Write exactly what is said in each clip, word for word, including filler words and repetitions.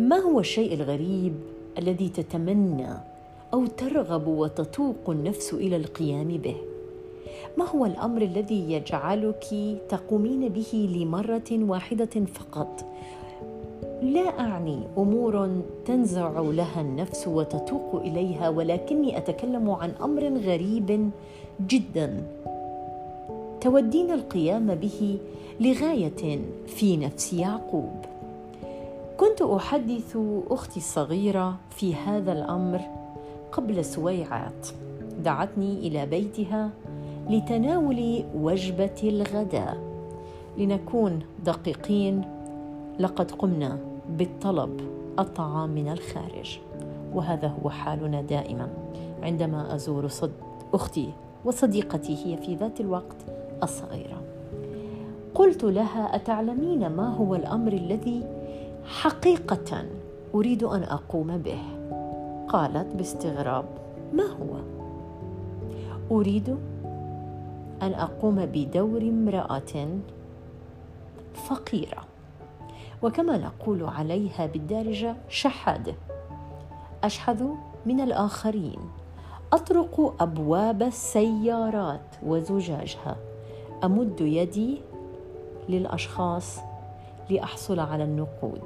ما هو الشيء الغريب الذي تتمنى أو ترغب وتتوق النفس إلى القيام به؟ ما هو الأمر الذي يجعلك تقومين به لمرة واحدة فقط؟ لا أعني أمور تنزع لها النفس وتتوق إليها، ولكني أتكلم عن أمر غريب جدا تودين القيام به لغاية في نفس يعقوب. كنت أحدث أختي الصغيرة في هذا الأمر قبل سويعات، دعتني إلى بيتها لتناول وجبة الغداء. لنكون دقيقين، لقد قمنا بالطلب الطعام من الخارج، وهذا هو حالنا دائما عندما أزور صد أختي وصديقتي هي في ذات الوقت الصغيرة. قلت لها: أتعلمين ما هو الأمر الذي حقيقة أريد أن أقوم به؟ قالت باستغراب: ما هو؟ أريد أن أقوم بدور امرأة فقيرة، وكما نقول عليها بالدارجة شحاذة، أشحذ من الآخرين، أطرق أبواب السيارات وزجاجها، أمد يدي للأشخاص لأحصل على النقود.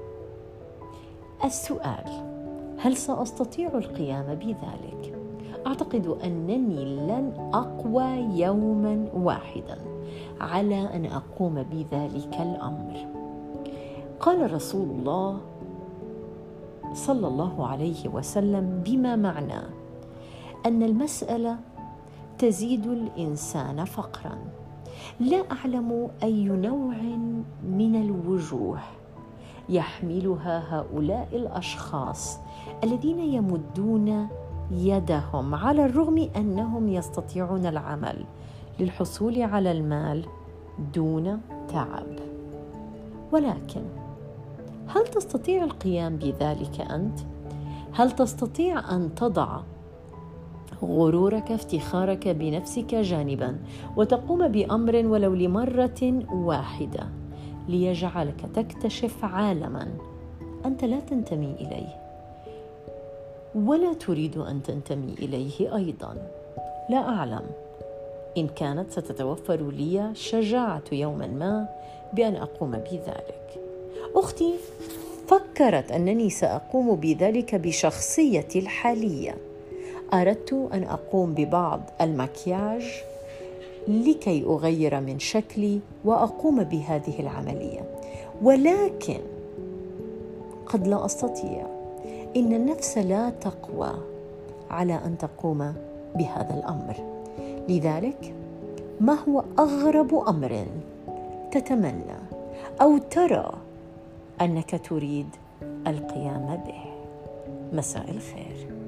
السؤال: هل سأستطيع القيام بذلك؟ أعتقد أنني لن أقوى يوما واحدا على أن أقوم بذلك الأمر. قال رسول الله صلى الله عليه وسلم بما معناه أن المسألة تزيد الإنسان فقرا. لا أعلم أي نوع من الوجوه يحملها هؤلاء الأشخاص الذين يمدون يدهم على الرغم أنهم يستطيعون العمل للحصول على المال دون تعب. ولكن هل تستطيع القيام بذلك أنت؟ هل تستطيع أن تضع غرورك افتخارك بنفسك جانبا وتقوم بأمر ولو لمرة واحدة ليجعلك تكتشف عالما أنت لا تنتمي إليه ولا تريد أن تنتمي إليه أيضا؟ لا أعلم إن كانت ستتوفر لي شجاعة يوما ما بأن أقوم بذلك. أختي فكرت أنني سأقوم بذلك بشخصيتي الحالية. أردت أن أقوم ببعض المكياج لكي أغير من شكلي وأقوم بهذه العملية، ولكن قد لا أستطيع. إن النفس لا تقوى على أن تقوم بهذا الأمر. لذلك ما هو أغرب أمر تتمنى أو ترى أنك تريد القيام به؟ مساء الخير.